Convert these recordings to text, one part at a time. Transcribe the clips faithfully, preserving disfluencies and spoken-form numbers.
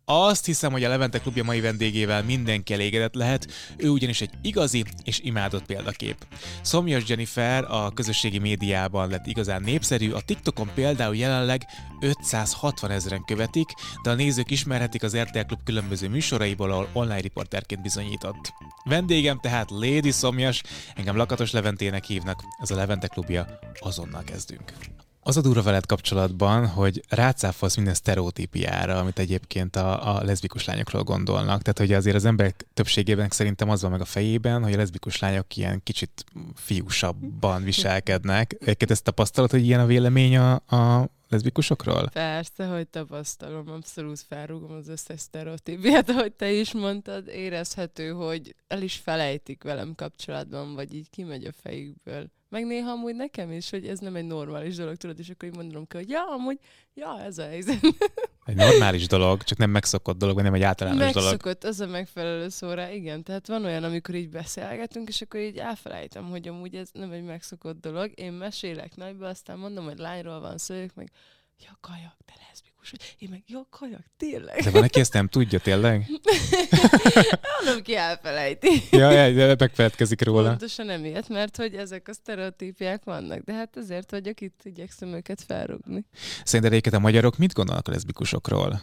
Azt hiszem, hogy a Levente Klubja mai vendégével mindenki elégedett lehet, ő ugyanis egy igazi és imádott példakép. Szomjas Jennifer a közösségi médiában lett igazán népszerű, a TikTokon például jelenleg ötszázhatvan ezeren követik, de a nézők ismerhetik az er té el Klub különböző műsoraiból, ahol online riporterként bizonyított. Vendégem tehát Lady Szomjas, engem Lakatos Leventének hívnak, ez a Levente Klubja, azonnal kezdünk. Az a durva veled kapcsolatban, hogy rácáfolsz minden sztereotípiára, amit egyébként a, a leszbikus lányokról gondolnak. Tehát, hogy azért az emberek többségében szerintem az van meg a fejében, hogy a leszbikus lányok ilyen kicsit fiúsabban viselkednek. Egyébként ezt tapasztalod, hogy ilyen a vélemény a, a leszbikusokról? Persze, hogy tapasztalom, abszolút felrúgom az összes sztereotípiát, ahogy te is mondtad, érezhető, hogy el is felejtik velem kapcsolatban, vagy így kimegy a fejükből. Meg néha amúgy nekem is, hogy ez nem egy normális dolog, tudod, és akkor így mondanom kell, hogy ja, amúgy, ja, ez a helyzet. Egy normális dolog, csak nem megszokott dolog, vagy nem egy általános megszokott, dolog. Megszokott, az a megfelelő szóra, igen. Tehát van olyan, amikor így beszélgetünk, és akkor így elfelejtem, hogy amúgy ez nem egy megszokott dolog. Én mesélek nagyba, aztán mondom, hogy lányról van szó, ők meg, ja, kajak, te leszbikus vagy. Én meg, ja, kajak, tényleg. De van, aki ezt nem tudja, tényleg? Mondom, ki elfelejti. Ja, ja, megfeledkezik róla. Pontosan emiatt, mert hogy ezek a sztereotípiák vannak, de hát ezért vagyok itt, igyekszem őket felrúgni. Szerinted egyébként a magyarok mit gondolnak a leszbikusokról?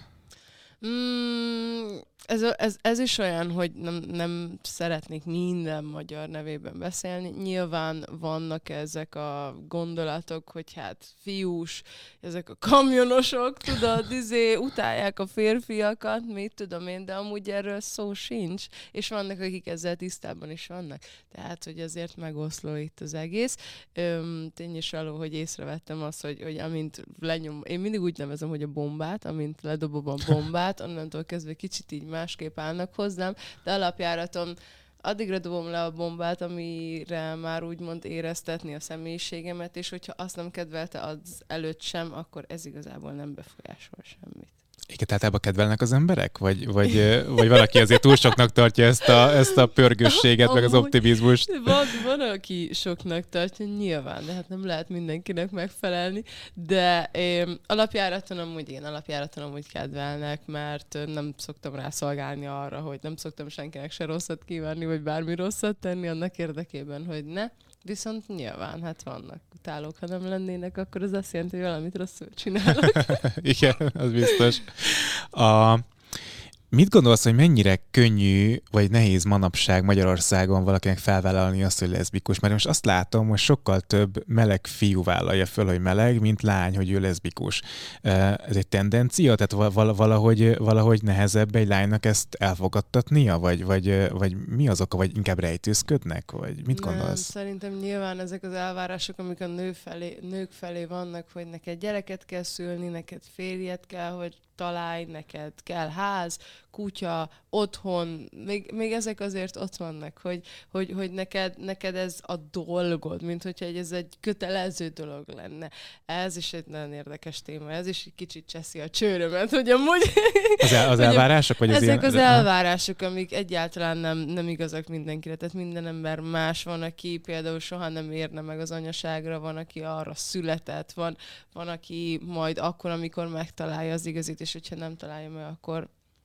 Mm, ez, ez, ez is olyan, hogy nem, nem szeretnék minden magyar nevében beszélni. Nyilván vannak ezek a gondolatok, hogy hát fiús, ezek a kamionosok, tudod, izé, utálják a férfiakat, mit tudom én, de amúgy erről szó sincs, és vannak, akik ezzel tisztában is vannak. Tehát, hogy azért megoszló itt az egész. Öm, tény is való, hogy észrevettem azt, hogy, hogy amint lenyom, én mindig úgy nevezem, hogy a bombát, amint ledobom a bombát, onnantól kezdve kicsit így másképp állnak hozzám, de alapjáraton addigra dobom le a bombát, amire már úgymond éreztetni a személyiségemet, és hogyha azt nem kedvelte az előtt sem, akkor ez igazából nem befolyásol semmit. Igen, általában kedvelnek az emberek? Vagy, vagy, vagy valaki azért túl soknak tartja ezt a, ezt a pörgősséget, meg az optimizmust? Van, van, aki soknak tartja, nyilván, de hát nem lehet mindenkinek megfelelni, de én, alapjáraton amúgy én alapjáraton amúgy kedvelnek, mert nem szoktam rászolgálni arra, hogy nem szoktam senkinek se rosszat kívánni, vagy bármi rosszat tenni annak érdekében, hogy ne. Viszont nyilván, hát vannak utálók, ha nem lennének, akkor az azt jelenti, hogy valamit rosszul csinálok. Igen, az biztos. A... Mit gondolsz, hogy mennyire könnyű vagy nehéz manapság Magyarországon valakinek felvállalni azt, hogy leszbikus? Mert most azt látom, hogy sokkal több meleg fiú vállalja föl, hogy meleg, mint lány, hogy ő leszbikus. Ez egy tendencia? Tehát valahogy, valahogy nehezebb egy lánynak ezt elfogadtatnia? Vagy, vagy, vagy mi az oka? Vagy inkább rejtőzködnek? Vagy mit gondolsz? Nem, szerintem nyilván ezek az elvárások, amik a nő felé, nők felé vannak, hogy neked gyereket kell szülni, neked férjet kell, hogy találj, neked kell ház, kutya, otthon, még, még ezek azért ott vannak, hogy, hogy, hogy neked, neked ez a dolgod, mint hogyha ez egy kötelező dolog lenne. Ez is egy nagyon érdekes téma, ez is egy kicsit cseszi a csőrömet, hogy amúgy... Az, el, az elvárások? Vagy az ezek ilyen... az elvárások, amik egyáltalán nem, nem igazak mindenkire, tehát minden ember más, van, aki például soha nem érne meg az anyaságra, van, aki arra született, van, van aki majd akkor, amikor megtalálja az igazit, és hogyha nem találja meg, akkor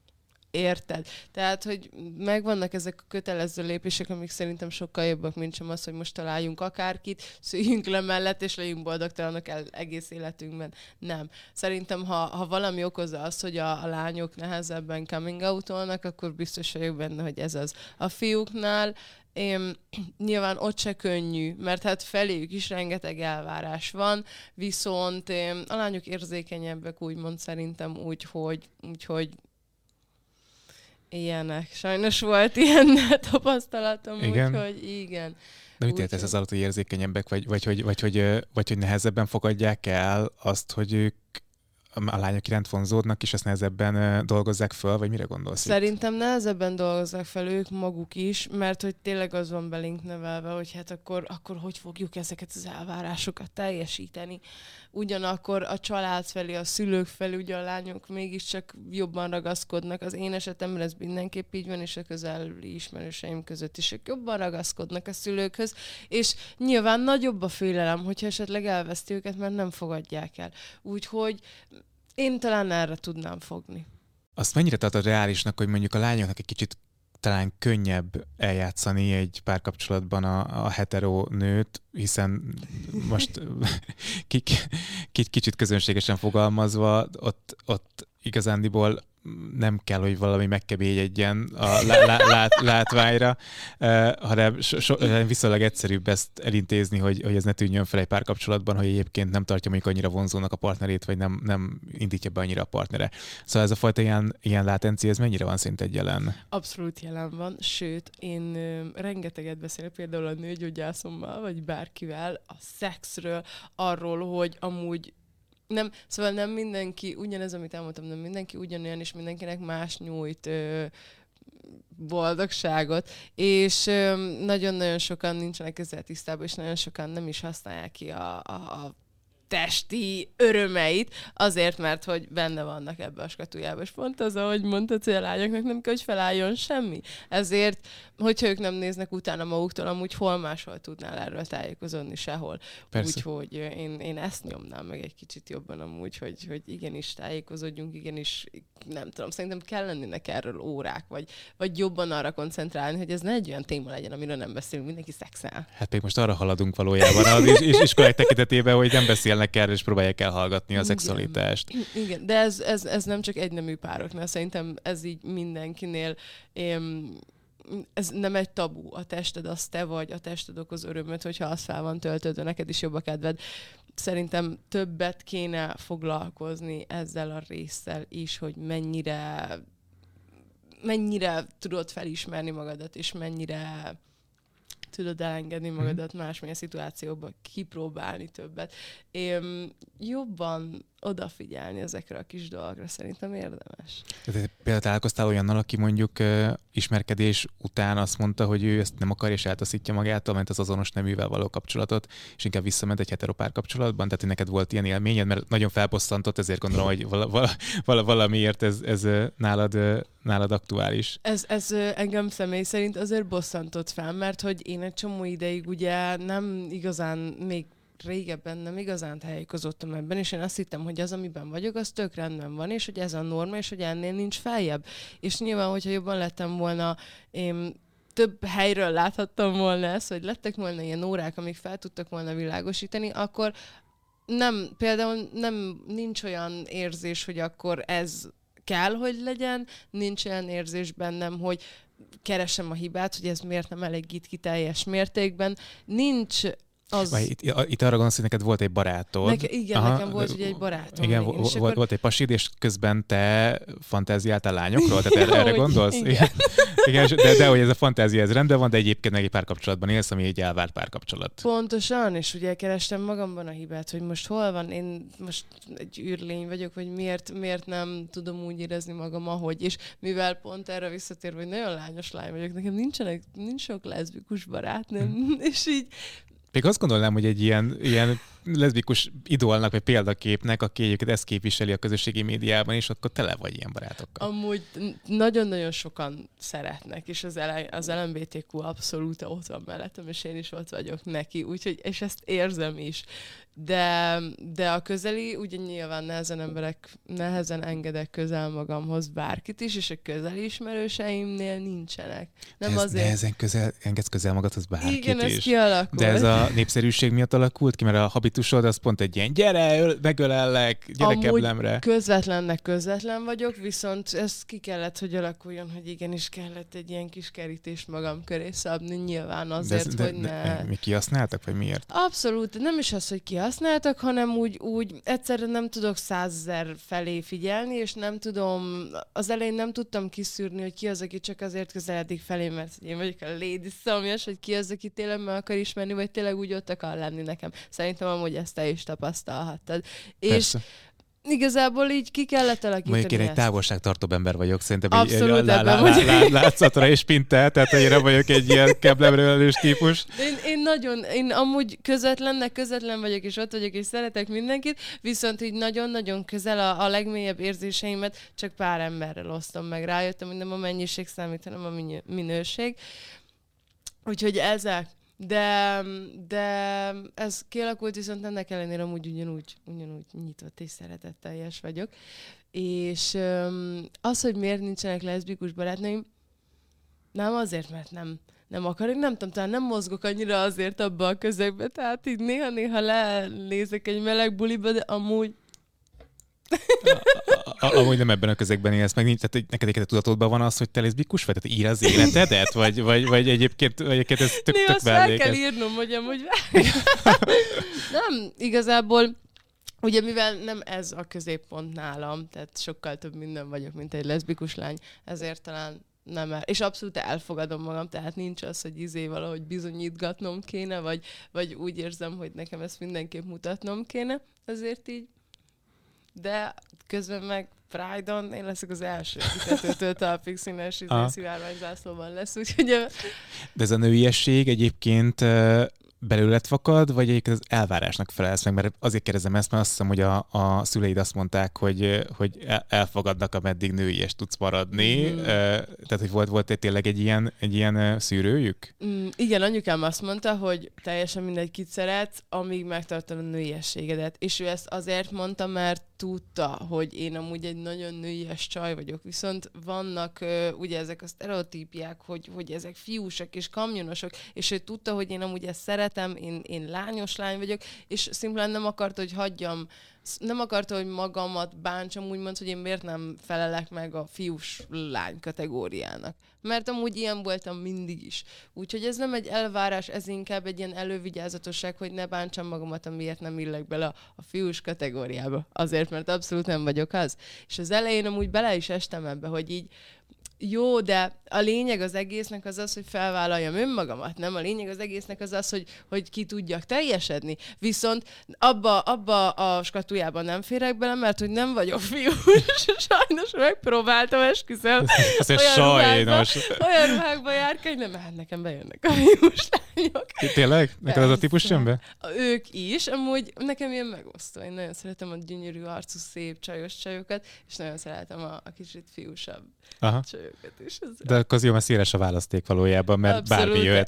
érted. Tehát, hogy megvannak ezek a kötelező lépések, amik szerintem sokkal jobbak, mint sem az, hogy most találjunk akárkit, szüljünk le mellett, és legyünk boldogtalanok el egész életünkben. Nem. Szerintem, ha, ha valami okozza azt, hogy a, a lányok nehezebben coming out-olnak, akkor biztos vagyok benne, hogy ez az. A fiúknál én, nyilván ott se könnyű, mert hát feléjük is rengeteg elvárás van, viszont én, a lányok érzékenyebbek, úgymond szerintem úgy, hogy, úgy, hogy ilyenek. Sajnos volt ilyen tapasztalatom, úgyhogy igen. De mit értesz az alatt, hogy érzékenyebbek, vagy, vagy, vagy, vagy, vagy, vagy hogy nehezebben fogadják el azt, hogy ők a lányok iránt vonzódnak, és ezt nehezebben dolgozzák föl, vagy mire gondolsz? Szerintem itt? Nehezebben dolgozzák fel ők maguk is, mert hogy tényleg az van belénk nevelve, hogy hát akkor, akkor hogy fogjuk ezeket az elvárásokat teljesíteni. Ugyanakkor a család felé, a szülők felé, ugye a lányok mégiscsak jobban ragaszkodnak. Az én esetemben ez mindenképp így van, és a közeli ismerőseim között is ők jobban ragaszkodnak a szülőkhöz, és nyilván nagyobb a félelem, hogyha esetleg elveszti őket, mert nem fogadják el. Úgyhogy én talán erre tudnám fogni. azt mennyire tartod reálisnak, hogy mondjuk a lányoknak egy kicsit talán könnyebb eljátszani egy párkapcsolatban a, a hetero nőt, hiszen most kicsit közönségesen fogalmazva, ott, ott igazándiból nem kell, hogy valami megkebélyedjen a lá, lá, lát, látványra, uh, hanem so, so, viszonylag egyszerűbb ezt elintézni, hogy, hogy ez ne tűnjön fel egy párkapcsolatban, hogy egyébként nem tartja mondjuk annyira vonzónak a partnerét, vagy nem, nem indítja be annyira a partnere. Szóval ez a fajta ilyen, ilyen látencia, ez mennyire van szerinted jelen? Abszolút jelen van, sőt, én ö, rengeteget beszélek például a nőgyógyászommal, vagy bárkivel a szexről, arról, hogy amúgy nem, szóval nem mindenki, ugyanez, amit elmondtam, nem mindenki ugyanolyan, és mindenkinek más nyújt ö, boldogságot, és ö, nagyon-nagyon sokan nincsenek ezzel tisztában, és nagyon sokan nem is használják ki a, a, a testi örömeit, azért, mert hogy benne vannak ebbe a skatujába. És pont az, ahogy mondtad, hogy a lányoknak nem kell, hogy felálljon semmi. Ezért, hogyha ők nem néznek utána maguktól, amúgy hol máshol tudnál erről tájékozódni, sehol. Úgyhogy én, én ezt nyomnám meg egy kicsit jobban amúgy, hogy, hogy igenis tájékozódjunk, igenis, nem tudom, szerintem kell lennének erről órák, vagy, vagy jobban arra koncentrálni, hogy ez ne egy olyan téma legyen, amiről nem beszélünk, mindenki szexel. Hát még most arra haladunk valójában az is, is, iskolák tekintetében, hogy nem beszélnek erről, és próbálják elhallgatni a szexualitást. Igen, Igen. de ez, ez, ez nem csak egynemű pároknál, szerintem ez így mindenkinél, én, ez nem egy tabu. A tested az te vagy, a tested okoz örömöt, hogyha az fel van töltődve, neked is jobb a kedved. Szerintem többet kéne foglalkozni ezzel a résszel is, hogy mennyire mennyire tudod felismerni magadat, és mennyire tudod elengedni magadat másmilyen szituációban, kipróbálni többet. Én jobban odafigyelni ezekre a kis dolgokra szerintem érdemes. Tehát például találkoztál olyannal, aki mondjuk uh, ismerkedés után azt mondta, hogy ő ezt nem akar és eltaszítja magától, mert az azonos neművel való kapcsolatot, és inkább visszament egy heteropár kapcsolatban, tehát hogy neked volt ilyen élményed, mert nagyon felbosszantott, ezért gondolom, hogy vala, vala, vala, valamiért ez, ez nálad, nálad aktuális. Ez, ez engem személy szerint azért bosszantott fel, mert hogy én egy csomó ideig ugye nem igazán még régebben nem igazán tájékozottam ebben, és én azt hittem, hogy az, amiben vagyok, az tök rendben van, és hogy ez a norma, és hogy ennél nincs feljebb. És nyilván, hogyha jobban lettem volna, én több helyről láthattam volna ezt, hogy lettek volna ilyen órák, amik fel tudtak volna világosítani, akkor nem, például nem, nincs olyan érzés, hogy akkor ez kell, hogy legyen, nincs olyan érzés bennem, hogy keresem a hibát, hogy ez miért nem elégít ki teljes mértékben. Nincs az... Vagy itt, itt arra gondolsz, hogy neked volt egy barátod. Neke, igen, Aha, nekem volt ugye egy barátom. Igen, igen volt, akkor... volt egy pasid, és közben te fantáziáltál lányokról? Tehát erre, erre gondolsz? Igen. igen, de, de hogy ez a fantázia, ez rendben van, de egyébként meg egy párkapcsolatban élsz, ami egy elvárt párkapcsolat. Pontosan, és ugye kerestem magamban a hibát, hogy most hol van, én most egy űrlény vagyok, hogy miért, miért nem tudom úgy érezni magam, ahogy, és mivel pont erre visszatérve, hogy nagyon lányos lány vagyok, nekem nincsenek, nincs sok leszbikus barátnőm, hmm. és így még azt gondolnám, hogy egy ilyen, ilyen leszbikus idolnak, vagy példaképnek, aki egyébként ezt képviseli a közösségi médiában, és akkor tele vagy ilyen barátokkal. Amúgy nagyon-nagyon sokan szeretnek, és az, az el em bé té kú abszolút ott van mellettem, és én is ott vagyok neki, úgyhogy, és ezt érzem is. De, de a közeli, ugye nyilván nehezen emberek, nehezen engedek közel magamhoz bárkit is, és a közeli ismerőseimnél nincsenek. Nem ez azért... nehezen közel, engedsz közel magadhoz bárkit Igen, is. ez kialakult. De ez a népszerűség miatt alakult ki, mert a habitusod az pont egy ilyen, gyere, öl, megölellek, gyere keblemre. Amúgy közvetlennek közvetlen vagyok, viszont ez ki kellett, hogy alakuljon, hogy igenis kellett egy ilyen kis kerítést magam köré szabni, nyilván azért, de, de, hogy ne... De, mi kihasználtak, vagy miért? Abszolút, nem is az, hogy kihasználtak, hanem úgy, úgy egyszerűen nem tudok százezer felé figyelni, és nem tudom, az elején nem tudtam kiszűrni, hogy ki az, aki csak azért közeledik felé, mert én vagyok a lady szomjas, hogy ki az, aki tényleg meg akar ismerni, vagy tényleg úgy ott akar lenni nekem. Szerintem amúgy ezt te is tapasztalhattad. Persze. És igazából így ki kellett alakítani. Mondjuk én egy távolságtartóbb ember vagyok, szerintem abszolút egy lá, lá, lá, lá, látszatra és pintel, tehát hogy én nem vagyok egy ilyen keblemről elős típus. Én, én nagyon, én amúgy közvetlennek közvetlen vagyok, és ott vagyok, és szeretek mindenkit, viszont így nagyon-nagyon közel a, a legmélyebb érzéseimet csak pár emberrel osztom meg. Rájöttem, hogy nem a mennyiség számít, hanem a minőség. Úgyhogy ezek. De, de ez kialakult, viszont ennek ellenére amúgy ugyanúgy, ugyanúgy nyitott és szeretetteljes vagyok. És öm, az, hogy miért nincsenek leszbikus barátnőim, nem azért, mert nem, nem akarok, nem tudom, talán nem mozgok annyira azért abba a közegbe, tehát így néha-néha lenézek egy meleg buliba, de amúgy A, a, amúgy nem ebben a közegben élsz meg, nincs, tehát neked egyébként tudatodban van az, hogy te leszbikus vagy? Tehát ír az életedet? Vagy, vagy, vagy egyébként, vagy egyébként ez tök, néha tök azt fel kell mellékes? írnom, hogy amúgy nem, igazából ugye mivel nem ez a középpont nálam, tehát sokkal több minden vagyok, mint egy leszbikus lány, ezért talán nem el. És abszolút elfogadom magam, tehát nincs az, hogy izé valahogy bizonyítgatnom kéne, vagy, vagy úgy érzem, hogy nekem ezt mindenképp mutatnom kéne, ezért így. De közben meg Pride-on én leszek az első, aki tetőtől talpig színes szivárványzászlóban lesz, úgyhogy... De ez a nőiesség egyébként belőled fakad, vagy egyébként az elvárásnak felelsz meg? Mert azért kérdezem ezt, mert azt hiszem, hogy a, a szüleid azt mondták, hogy, hogy elfogadnak, ameddig nőies tudsz maradni. Mm. Tehát, hogy volt, volt tényleg egy ilyen, egy ilyen szűrőjük? Mm, igen, anyukám azt mondta, hogy teljesen mindegy, kit szeretsz, amíg megtartod a nőiességedet. És ő ezt azért mondta, mert tudta, hogy én amúgy egy nagyon nőies csaj vagyok, viszont vannak uh, ugye ezek a sztereotípiák, hogy, hogy ezek fiúsak és kamionosok, és ő tudta, hogy én amúgy ezt szeretem, én, én lányos lány vagyok, és szimplán nem akarta, hogy hagyjam, nem akarta, hogy magamat bántsam, úgymond, hogy én miért nem felelek meg a fiús lány kategóriának. Mert amúgy ilyen voltam mindig is. Úgyhogy ez nem egy elvárás, ez inkább egy ilyen elővigyázatosság, hogy ne bántsam magamat, amiért nem illek bele a, a fiús kategóriába. Azért, mert abszolút nem vagyok az. És az elején amúgy bele is estem ebbe, hogy így jó, de a lényeg az egésznek az az, hogy felvállaljam önmagamat, nem? A lényeg az egésznek az az, hogy, hogy ki tudjak teljesedni. Viszont abba, abba a skatujában nem férek bele, mert hogy nem vagyok fiú. Sajnos megpróbáltam, esküszöm. Azért sajnos. Olyan ruhákba járkálni, nem, hát nekem bejönnek a fiús lányok. Tényleg? Neked az a típus jön be? Ők is, amúgy nekem ilyen megosztó. Én nagyon szeretem a gyönyörű arcú, szép, csajos csajokat, és nagyon szeretem a, a kicsit fiúsabb Aha. csajokat is. De akkor az jó, mert széles a választék valójában, mert abszolút, bármi jöhet.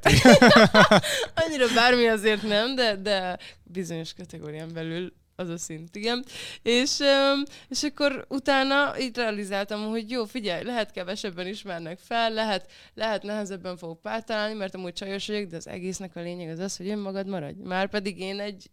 Annyira bármi azért nem, de, de bizonyos kategórián belül az a szint, igen. És, és akkor utána így realizáltam, hogy jó, figyelj, lehet kevesebben ismernek fel, lehet, lehet nehezebben fogok párt találni, mert amúgy csajos vagyok, de az egésznek a lényeg az az, hogy önmagad maradj. Márpedig én egy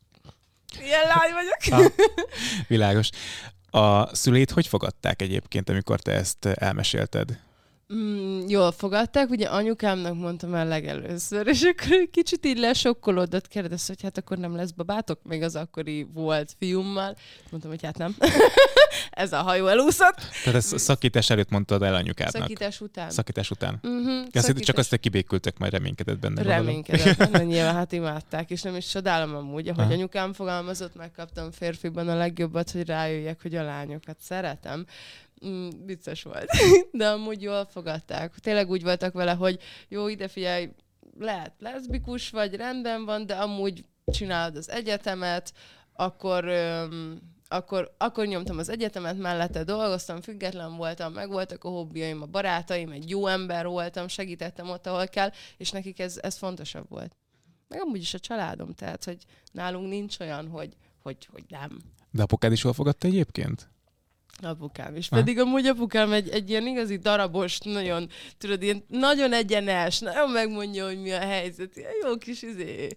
ilyen lány vagyok. Ah, világos. A szüleid hogy fogadták egyébként, amikor te ezt elmesélted? Mm, jól fogadták, ugye anyukámnak mondtam el legelőször, és akkor egy kicsit így lesokkolódott, kérdez, hogy hát akkor nem lesz babátok, még az akkori volt fiúmmal. Mondtam, hogy hát nem. Ez a hajó elúszott. Tehát ezt szakítás előtt mondtad el anyukádnak? Szakítás után. Szakítás után. Uh-huh, szakítás. Csak azt, hogy kibékültek, majd reménykedett benne. Reménykedett benne, nyilván hát imádták, és nem is csodálom amúgy, ahogy Aha. anyukám fogalmazott, megkaptam férfiban a legjobbat, hogy rájöjjek, hogy a lányokat szeretem. Mm, vicces volt, de amúgy jól fogadták. Tényleg úgy voltak vele, hogy jó, ide figyelj, lehet leszbikus vagy, rendben van, de amúgy csinálod az egyetemet, akkor, öm, akkor, akkor nyomtam az egyetemet, mellette dolgoztam, független voltam, meg voltak a hobbiaim, a barátaim, egy jó ember voltam, segítettem ott, ahol kell, és nekik ez, ez fontosabb volt. Meg amúgy is a családom, tehát, hogy nálunk nincs olyan, hogy, hogy, hogy nem. De apukád is jól fogadta egyébként? Apukám is. Pedig amúgy apukám egy, egy ilyen igazi darabos, nagyon, tudod, ilyen nagyon egyenes, nagyon megmondja, hogy mi a helyzet. Ilyen jó kis izé.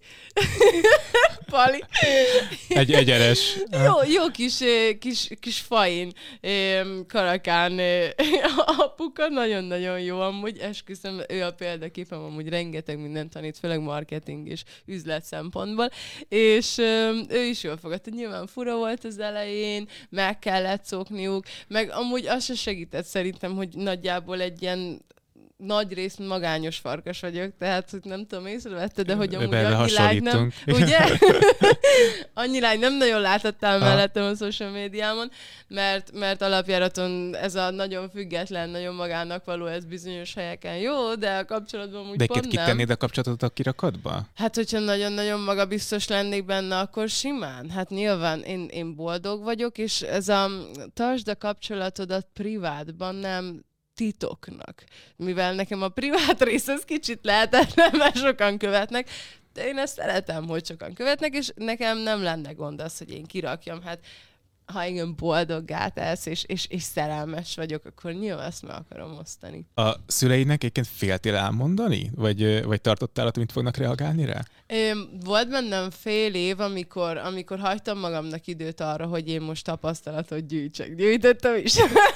Pali. Egy egyenes. Jó, jó kis, kis, kis fain karakán apuka, nagyon-nagyon jó amúgy, esküszöm, ő a példaképem, amúgy rengeteg mindent tanít, főleg marketing és üzlet szempontból, és ő is jól fogadta. Nyilván fura volt az elején, meg kellett szokniuk, meg amúgy az se segített szerintem, hogy nagyjából egy ilyen nagy részt magányos farkas vagyok, tehát hogy nem tudom, észrevette, de hogy amúgy annyi lány nem, ugye? Annyi lány nem nagyon láthattál mellettem a social médiámon, mert, mert alapjáraton ez a nagyon független, nagyon magának való, ez bizonyos helyeken jó, de a kapcsolatban úgy de pont nem. De kitennéd a kapcsolatot a kirakatba? Hát, hogyha nagyon-nagyon magabiztos lennék benne, akkor simán. Hát nyilván én, én boldog vagyok, és ez a tartsd a kapcsolatodat privátban, nem titoknak. Mivel nekem a privát rész az kicsit lehetetlen, mert sokan követnek, de én ezt szeretem, hogy sokan követnek, és nekem nem lenne gond az, hogy én kirakjam. Hát ha igen boldoggá tesz, és, és, és szerelmes vagyok, akkor nyilván ezt meg akarom osztani. A szüleidnek egyébként féltél elmondani? Vagy, vagy tartottál attól, mint fognak reagálni rá? É, volt bennem fél év, amikor, amikor hagytam magamnak időt arra, hogy én most tapasztalatot gyűjtsek. Gyűjtöttem is.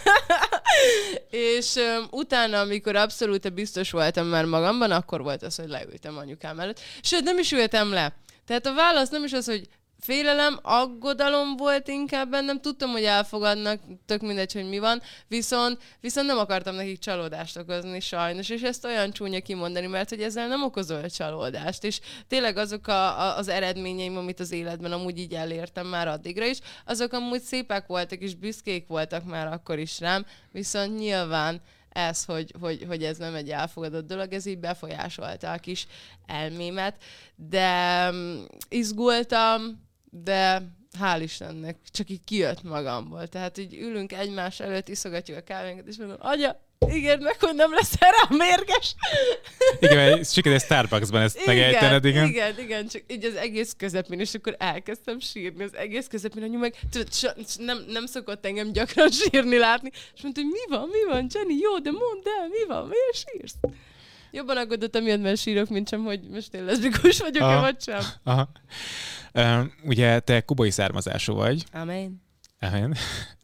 És um, utána, amikor abszolút biztos voltam már magamban, akkor volt az, hogy leültem anyukám előtt. Sőt, nem is ültem le. Tehát a válasz nem is az, hogy félelem, aggodalom volt inkább bennem, tudtam, hogy elfogadnak, tök mindegy, hogy mi van, viszont, viszont nem akartam nekik csalódást okozni sajnos, és ezt olyan csúnya kimondani, mert hogy ezzel nem okozol csalódást, és tényleg azok a, a, az eredményeim, amit az életben amúgy így elértem már addigra is, azok amúgy szépek voltak, és büszkék voltak már akkor is rám, viszont nyilván ez, hogy, hogy, hogy ez nem egy elfogadott dolog, ez így befolyásolta a kis elmémet, de izgultam, de hál' Istennek, csak így kijött magamból. Tehát így ülünk egymás előtt, iszogatjuk a kávénkat, és mondom, anya, ígérd meg, hogy nem lesz rá mérges. Igen, mert sikerült Starbucksban ezt megejtened, igen. Igen, igen, csak így az egész közepén, és akkor elkezdtem sírni az egész közepén, anyu meg tudod, so, nem, nem szokott engem gyakran sírni látni, és mondta, hogy mi van, mi van, Jenny, jó, de mondd el, mi van, miért sírsz? Jobban aggódott amiatt, mert sírok, mint sem, hogy most én leszbikus vagyok-e, vagy sem. Aha. Uh, ugye te kubai származású vagy. Amen. Amen.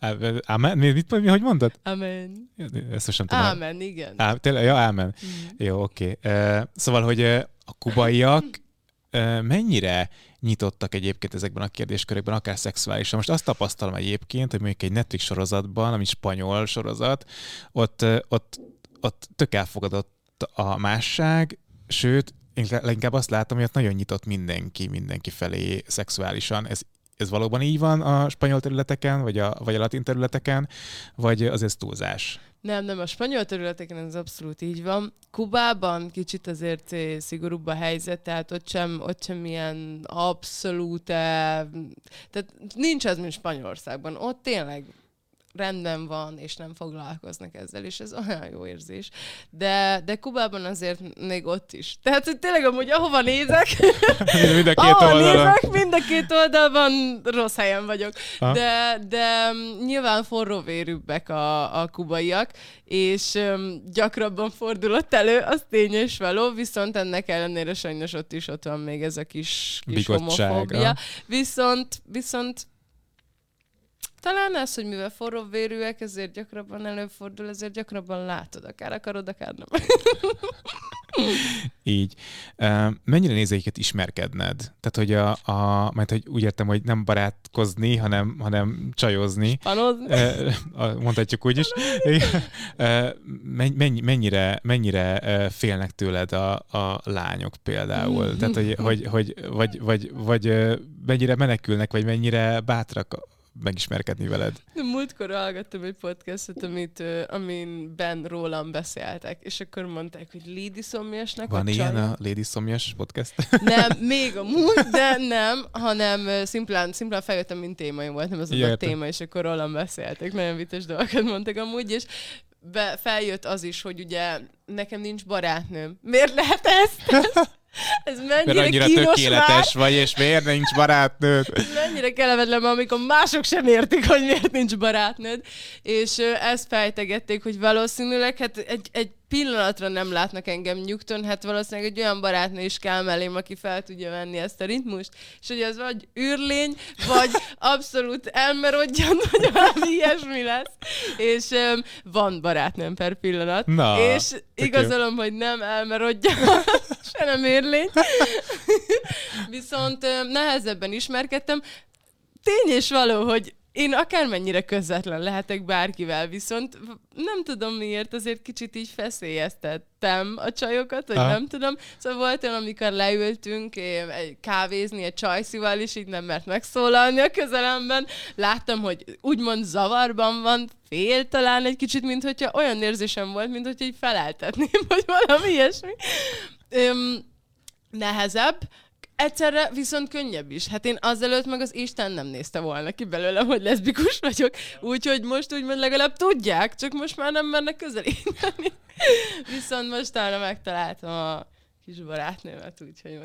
Amen? Mi, mit, mi, hogy mondod? Amen. Ezt most nem tudom. Amen, igen. Á, tényleg, ja, amen. Mm. Jó, oké. Okay. Uh, szóval, hogy uh, a kubaiak uh, mennyire nyitottak egyébként ezekben a kérdéskörökben, akár szexuálisan. Most azt tapasztalom egyébként, hogy mondjuk egy Netflix sorozatban, ami spanyol sorozat, ott, uh, ott, ott tök elfogadott a másság, sőt, én leginkább azt látom, hogy ott nagyon nyitott mindenki, mindenki felé szexuálisan. Ez, ez valóban így van a spanyol területeken, vagy a, vagy a latin területeken, vagy az ez túlzás? Nem, nem, a spanyol területeken ez abszolút így van. Kubában kicsit azért szigorúbb a helyzet, tehát ott sem, ott sem ilyen abszolút, tehát nincs az, mint Spanyolországban. Ott tényleg rendben van, és nem foglalkoznak ezzel, és ez olyan jó érzés. De, de Kubában azért még ott is. Tehát, hogy tényleg amúgy ahova nézek, mind a két ahova oldalon. nézek, mind a két oldalban rossz helyen vagyok. De, de nyilván forróvérűbbek a, a kubaiak, és um, gyakrabban fordulott elő, az tény és való, viszont ennek ellenére sajnos ott is ott van még ez a kis, kis homofóbia. Viszont, viszont talán ez, hogy mivel forróvérűek, ezért gyakrabban előfordul, ezért gyakrabban látod, akár akarod, akár nem. Így. Uh, mennyire néz egyiket ismerkedned? Tehát, hogy a, a mert hogy úgy értem, hogy nem barátkozni, hanem, hanem csajozni. Spanozni. Uh, mondhatjuk úgy is. uh, mennyi, mennyire, mennyire félnek tőled a, a lányok például? Tehát, hogy, hogy, hogy vagy, vagy, vagy mennyire menekülnek, vagy mennyire bátrak megismerkedni veled? Múltkor hallgattam egy podcastot, amit, amin ben rólam beszéltek, és akkor mondták, hogy Lady Szomjasnak van a ilyen csaj... a Lady Szomjas podcast? Nem, még amúgy, de nem, hanem szimplán, szimplán feljöttem, mint téma volt, nem az a téma, és akkor rólam beszéltek. Nagyon vicces dolgokat mondtak amúgy, és be, feljött az is, hogy ugye nekem nincs barátnőm. Miért lehet ezt? Ez mennyire mert annyira kínos tökéletes már. vagy, és miért nincs barátnőd? Ez mennyire kellemetlen, amikor mások sem értik, hogy miért nincs barátnőd. És ezt fejtegették, hogy valószínűleg hát egy, egy pillanatra nem látnak engem nyugton, hát valószínűleg egy olyan barátnő is kell mellém, aki fel tudja venni ezt a ritmust, és hogy az vagy űrlény, vagy abszolút elmerodjan, vagy valami ilyesmi lesz. És um, van barátnőm per pillanat, Na, és igazolom, hogy nem elmerodjan, se nem űrlény. Viszont um, nehezebben ismerkedtem. Tény és való, hogy én akármennyire közvetlen lehetek bárkivel, viszont nem tudom miért, azért kicsit így feszélyeztettem a csajokat, vagy Aha. nem tudom. Szóval volt olyan, amikor leültünk egy kávézni egy csajszival, és így nem mert megszólalni a közelemben. Láttam, hogy úgymond zavarban van, fél talán egy kicsit, mint hogyha olyan érzésem volt, mint hogyha így feleltetném, vagy valami ilyesmi. Öm, nehezebb. Egyszerre viszont könnyebb is. Hát én azelőtt meg az Isten nem nézte volna ki belőlem, hogy leszbikus vagyok. Úgyhogy most úgymond legalább tudják, csak most már nem mernek közelíteni. Viszont most talán megtaláltam a kis barátnőmet, úgyhogy most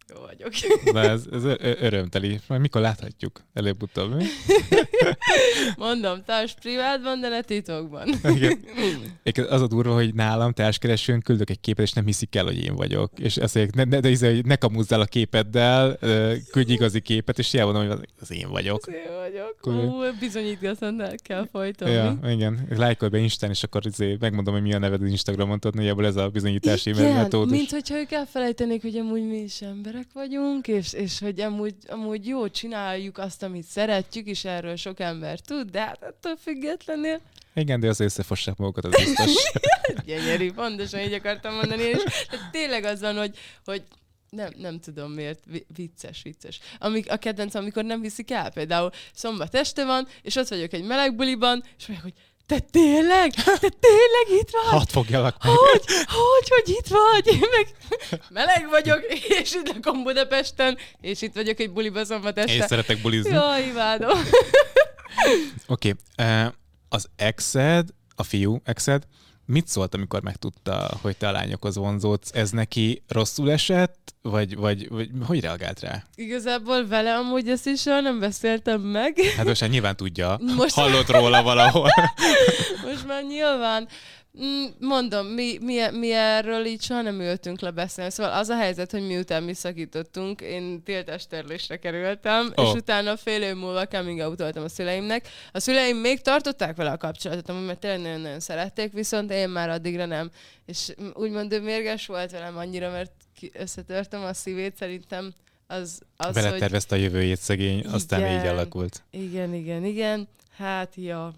Jó vagyok. De ez, ez ö- örömteli. Majd mikor láthatjuk? Előbb-utóbb, mi? Mondom, társ privátban, de ne titokban. Igen. Az a durva, hogy nálam társkeresőn küldök egy képet, és nem hiszik el, hogy én vagyok. És azt mondják, ne, ne, de izé, hogy ne kamúzzál a képeddel, küldj igazi képet, és elmondom, hogy az én vagyok. Az én vagyok. Ú, bizonyítgatnod kell folyton. Ja, igen. Lájkolj be Instán, és akkor izé megmondom, hogy mi a neved az Instagramon, tudod, nagyjából ez a bizonyítási metódus. Mint hogyha ők elfelejtenék, hogy amúgy mi is emberek vagyunk, és, és hogy amúgy, amúgy jó csináljuk azt, amit szeretjük, és erről sok ember tud, de hát attól függetlenül... Igen, de azért összefossák magukat, az biztos. Gyönyörű, pontosan így akartam mondani én is. De tényleg az van, hogy, hogy nem, nem tudom miért, vicces, vicces. Amik, a kedvenc, amikor nem viszik el, például szombat este van, és ott vagyok egy meleg buliban, és mondják, hogy te tényleg? Te tényleg itt vagy? Hadd fogjalak meg. Hogy? Hogy, hogy itt vagy? Én meg meleg vagyok, és itt lakom Budapesten, és itt vagyok egy buliba szombat este. Én szeretek bulizni. Jaj, imádom. Oké, okay. Az exed, a fiú exed, mit szólt, amikor megtudta, hogy te a lányokhoz vonzódsz? Ez neki rosszul esett, vagy, vagy, vagy hogy reagált rá? Igazából vele amúgy ezt is soha nem beszéltem meg. Hát most már nyilván tudja, most... hallott róla valahol. Most már nyilván. Mondom, mi, mi, mi erről így soha nem ültünk le beszélni. Szóval az a helyzet, hogy miután mi szakítottunk, én tiltástörlésre kerültem, oh. és utána fél év múlva coming out-oltam a szüleimnek. A szüleim még tartották vele a kapcsolatot, mert tényleg nagyon-nagyon szerették, viszont én már addigra nem. És úgymond ő mérges volt velem annyira, mert összetörtem a szívét, szerintem az, az Veled hogy... tervezte a jövőjét szegény, igen, aztán így alakult. Igen, igen, igen. Hát, ja.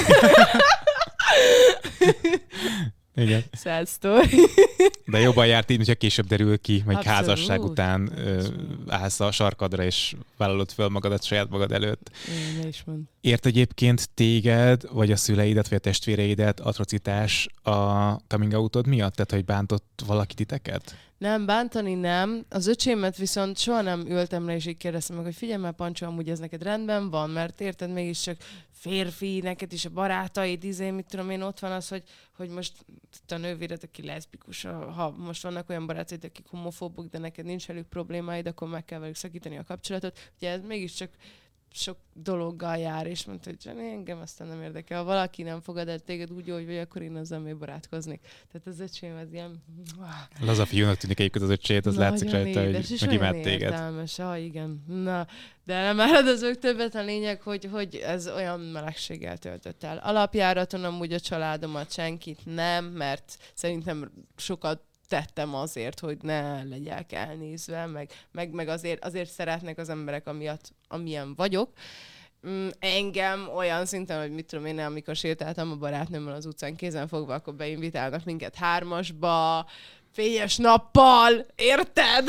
Igen. Sad story. De jobban járt így, hogyha később derül ki, meg Abszolút. házasság után ö, állsz a sarkadra, és vállalod föl magadat saját magad előtt. Én, ne is mond. Ért egyébként téged, vagy a szüleidet, vagy a testvéreidet atrocitás a coming outod miatt? Tehát, hogy bántott valaki titeket? Nem, bántani nem. Az öcsémet viszont soha nem ültem le, és így kérdeztem meg, hogy figyelj már, Pancsó, amúgy ez neked rendben van, mert érted, mégiscsak férfi, neked is a barátaid, izé, mit tudom én, ott van az, hogy, hogy most a nővéred, aki leszbikus, ha most vannak olyan barátaid, akik homofóbok, de neked nincs velük problémáid, akkor meg kell velük szakítani a kapcsolatot. Ugye ez mégiscsak sok dologgal jár, és mondta, hogy Jenny, engem aztán nem érdekel. Ha valaki nem fogad el téged úgy, hogy vagy, akkor én azzal még barátkoznék. Tehát az öcsém az ilyen... Laza fiúnak tűnik egyébként az öcsét, az látszik rajta, hogy megimád téged. Értelmes, ha igen. Na, de nem áradozok többet, a lényeg, hogy, hogy ez olyan melegséggel töltött el. Alapjáraton amúgy a családomat senkit nem, mert szerintem sokat tettem azért, hogy ne legyek elnézve, meg, meg, meg azért, azért szeretnek az emberek amiatt, amilyen vagyok. Mm, engem olyan szinten, hogy mit tudom én, amikor sétáltam a barátnőmmel az utcán kézen fogva, akkor beinvitálnak minket hármasba, fényes nappal, érted?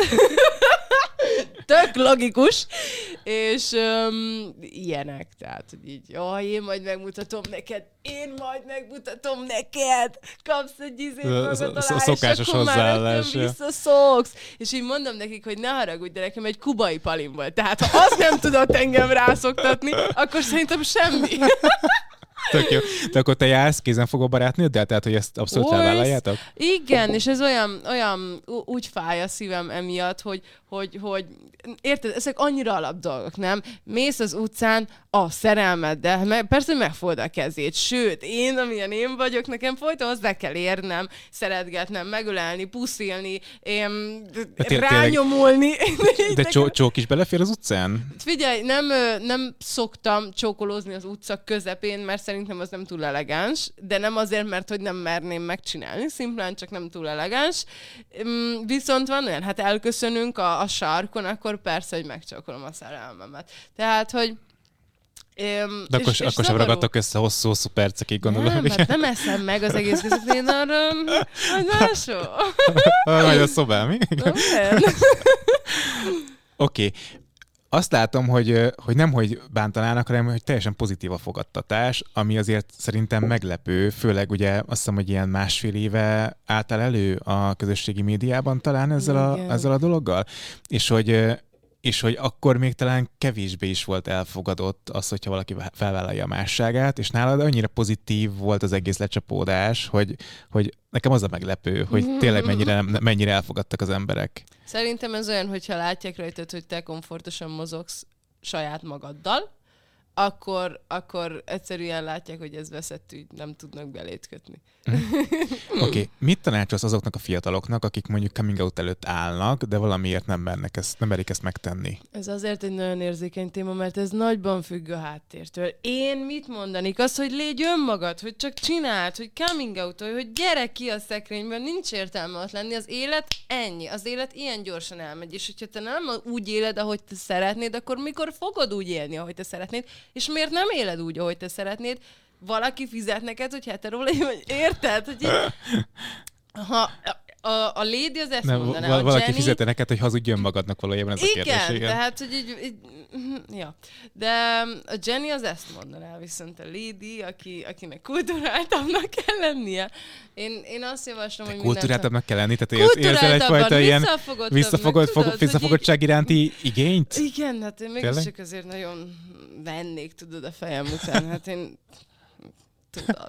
Tök logikus. És um, ilyenek, tehát, hogy így, jaj, én majd megmutatom neked, én majd megmutatom neked, kapsz egy izét magad alá, szokásos és akkor hozzáállás, már visszaszoksz. És így mondom nekik, hogy ne haragudj, de nekem egy kubai palim volt. Tehát, ha az nem tudott engem rászoktatni, akkor szerintem semmi. Tök jó. De akkor te jársz kézenfogó barátnőddel? Tehát, hogy ezt abszolút felvállaljátok? Igen, és ez olyan, olyan úgy fáj a szívem emiatt, hogy, hogy, hogy érted, ezek annyira alap dolgok, nem? Mész az utcán a szerelmeddel, meg, persze, hogy megfogod a kezét, sőt, én, amilyen én vagyok, nekem folyton hozzá kell érnem, szeretgetnem, megölelni, puszilni, én, rányomulni. De csó, csók is belefér az utcán? Figyelj, nem, nem szoktam csókolózni az utca közepén, mert szerintem az nem túl elegáns, de nem azért, mert hogy nem merném megcsinálni, szimplán csak nem túl elegáns. Viszont van olyan, hát elköszönünk a, a sarkon, akkor persze, hogy megcsókolom a szerelmemet. Tehát, hogy Um, De akkor, és, akkor és sem ragadtak össze hosszú-hosszú percekig, gondolom. Nem, hát nem eszem meg az egész között, én arra, hogy másó. Majd a szobám, mi? Oké. Okay. Azt látom, hogy, hogy nem hogy bántanának, hanem hogy teljesen pozitív a fogadtatás, ami azért szerintem meglepő, főleg ugye azt hiszem, hogy ilyen másfél éve álltál elő a közösségi médiában talán ezzel a, ezzel a dologgal, és hogy és hogy akkor még talán kevésbé is volt elfogadott az, hogyha valaki felvállalja a másságát, és nálad annyira pozitív volt az egész lecsapódás, hogy, hogy nekem az a meglepő, hogy tényleg mennyire, mennyire elfogadtak az emberek. Szerintem ez olyan, hogyha látják rajtad, hogy te komfortosan mozogsz saját magaddal, akkor, akkor egyszerűen látják, hogy ez veszett ügy, nem tudnak belét kötni. Oké, okay. Mit tanácsolsz azoknak a fiataloknak, akik mondjuk coming out előtt állnak, de valamiért nem mernek ezt, nem merik ezt megtenni? Ez azért egy nagyon érzékeny téma, mert ez nagyban függ a háttértől. Én mit mondanék? Az, hogy légy önmagad, hogy csak csináld, hogy coming out, hogy gyere ki a szekrényből, nincs értelme ott lenni. Az élet ennyi. Az élet ilyen gyorsan elmegy, és hogyha te nem úgy éled, ahogy te szeretnéd, akkor mikor fogod úgy élni, ahogy te szeretnéd, és miért nem éled úgy, ahogy te szeretnéd? Valaki fizet neked, hogy hetero legyen, vagy érted? Hogy így, ha a, a lady az ezt nem, mondaná, val- a valaki Jenny... fizette neked, hogy hazudj önmagadnak valójában ez igen, a kérdés. Igen, tehát, hogy így, így, ja. De a Jenny az ezt mondaná, viszont a lady, aki, akinek kulturáltabbnak kell lennie. Én, én azt javaslom, te hogy kulturáltabbnak kell lenni, tehát érzel egyfajta ilyen visszafogott, fog, visszafogottság így... iránti igényt? Igen, hát én mégiscsak azért nagyon vennék, tudod, a fejem után. Hát én... Tudod.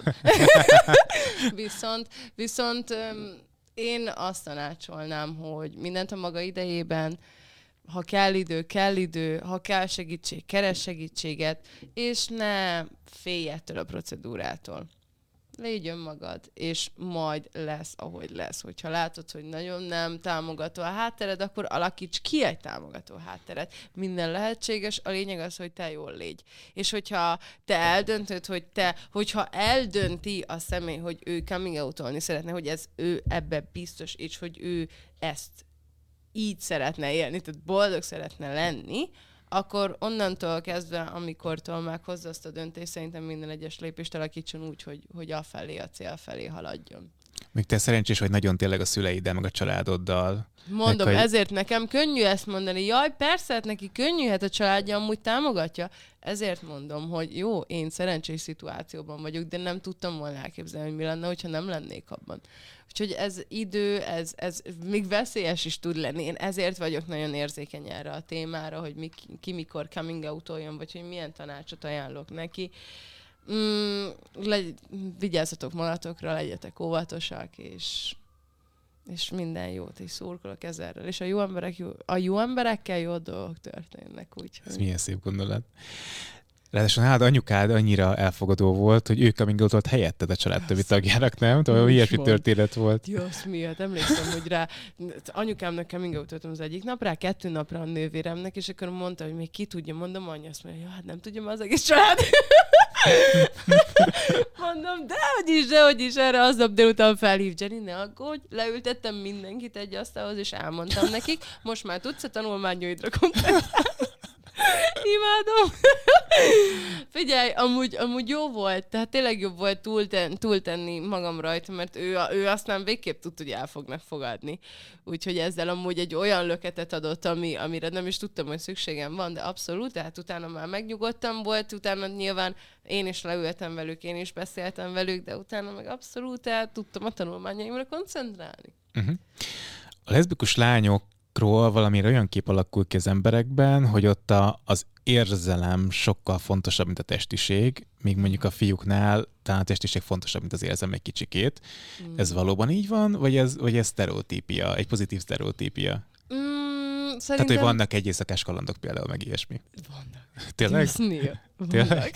viszont, viszont öm, én azt tanácsolnám, hogy mindent a maga idejében, ha kell idő, kell idő, ha kell segítség, keres segítséget, és ne félj ettől a procedúrától. Légy önmagad, és majd lesz, ahogy lesz. Hogyha látod, hogy nagyon nem támogató a háttered, akkor alakíts ki egy támogató hátteret. Minden lehetséges, a lényeg az, hogy te jól légy. És hogyha te eldöntöd, hogy te, hogyha eldönti a személy, hogy ő coming out-olni szeretne, hogy ez ő ebbe biztos, és hogy ő ezt így szeretne élni, tehát boldog szeretne lenni, akkor onnantól kezdve, amikortól meghozza azt a döntést, szerintem minden egyes lépést alakítson úgy, hogy, hogy afelé, a cél felé haladjon. Még te szerencsés vagy nagyon tényleg a szüleiddel, meg a családoddal. Mondom, meg, ezért nekem könnyű ezt mondani. Jaj, persze, hát neki könnyű, hát a családja amúgy támogatja. Ezért mondom, hogy jó, én szerencsés szituációban vagyok, de nem tudtam volna elképzelni, hogy mi lenne, hogyha nem lennék abban. Úgyhogy ez idő, ez, ez még veszélyes is tud lenni. Én ezért vagyok nagyon érzékeny erre a témára, hogy mi, ki mikor coming out-oljon, vagy hogy milyen tanácsot ajánlok neki. Mm, legy, vigyázzatok magatokra, legyetek óvatosak, és, és minden jót, és szurkolok ezerrel. És a jó, emberek, jó, a jó emberekkel jó dolgok történnek. Úgyhogy... Ez milyen szép gondolat. Ráadásul nálad anyukád annyira elfogadó volt, hogy ő coming out volt helyetted a család többi tagjának, nem? Tudom, ilyesmi történet volt. Jó, miatt emlékszem, hogy rá anyukámnak coming out voltam az egyik nap, rá kettő napra a nővéremnek, és akkor mondta, hogy még ki tudja, mondom, anya azt mondja, hát nem tudja, az egész család. Mondom, dehogy is, dehogy is, erre aznap délután felhív Jenny, ne aggódj, leültettem mindenkit egy asztalhoz, és elmondtam nekik, most már tudsz a tanulmányaidra koncentrálni. Imádom. Figyelj, amúgy, amúgy jó volt, tehát tényleg jobb volt túlten, túltenni magam rajta, mert ő, ő aztán végképp tud, hogy el fognak fogadni. Úgyhogy ezzel amúgy egy olyan löketet adott, ami, amire nem is tudtam, hogy szükségem van, de abszolút, tehát utána már megnyugodtam volt, utána nyilván én is leültem velük, én is beszéltem velük, de utána meg abszolút tehát tudtam a tanulmányaimra koncentrálni. Uh-huh. A leszbikus lányok ról valamire olyan kép alakul ki az emberekben, hogy ott a, az érzelem sokkal fontosabb, mint a testiség, míg mondjuk a fiúknál talán a testiség fontosabb, mint az érzelem egy kicsikét. Mm. Ez valóban így van, vagy ez, vagy ez sztereotípia, egy pozitív sztereotípia? Mm, szerintem... Tehát, hogy vannak egy éjszakás kalandok például, meg ilyesmi. Vannak. Tényleg? Tényleg?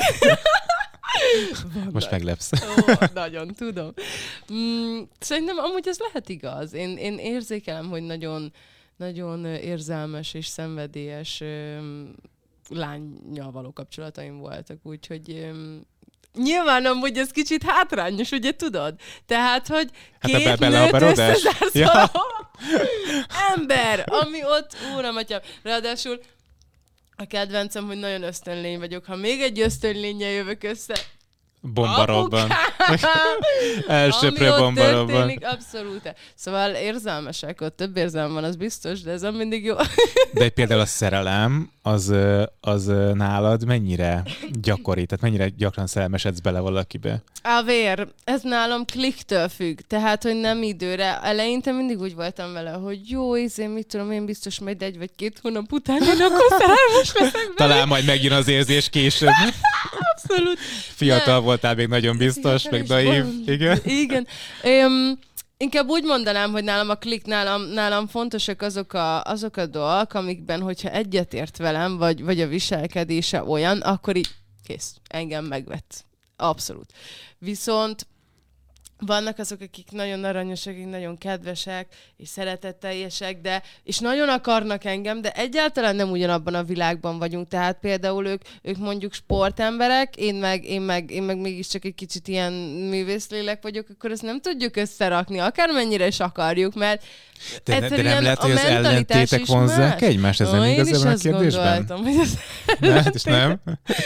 Most meglepsz. Ó, nagyon, tudom. Mm, szerintem amúgy ez lehet igaz. Én, én érzékelem, hogy nagyon nagyon érzelmes és szenvedélyes öm, lánnyal való kapcsolataim voltak, úgyhogy öm, nyilván amúgy ez kicsit hátrányos, ugye tudod? Tehát, hogy két hát nőt összezársz ja. Ember, ami ott, úram, atyám, ráadásul a kedvencem, hogy nagyon ösztönlény vagyok. Ha még egy ösztönlénnyel jövök össze, Bomba robban. Elsőprő bomba robban. Abszolút. Szóval érzelmesek, ott több érzelem van, az biztos, de ez nem mindig jó. De például a szerelem, az, az nálad mennyire gyakori? Tehát mennyire gyakran szerelmesedsz bele valakibe? A vér, ez nálam kliktől függ. Tehát, hogy nem időre. Eleinte mindig úgy voltam vele, hogy jó, izé, mit tudom, én biztos majd egy vagy két hónap után én akkor szerelmes leszek vele. Talán majd megjön az érzés később. Abszolút. Fiatal ne. voltál, még nagyon biztos, meg naív. Igen. Igen. Um, Inkább úgy mondanám, hogy nálam a klik, nálam, nálam fontosak azok a, azok a dolgok, amikben, hogyha egyetért velem, vagy, vagy a viselkedése olyan, akkor így kész, engem megvett. Abszolút. Viszont vannak azok, akik nagyon aranyosak, akik nagyon kedvesek, és szeretetteljesek, de, és nagyon akarnak engem, de egyáltalán nem ugyanabban a világban vagyunk. Tehát például ők, ők mondjuk sportemberek, én meg, én, meg, én meg mégiscsak egy kicsit ilyen művészlélek vagyok, akkor ezt nem tudjuk összerakni, akármennyire is akarjuk, mert de, de nem lehet, hogy az ellentétek vonzzák egymást, ez nem igaz ebben a kérdésben? Én is azt gondoltam, hogy ez ne, és nem?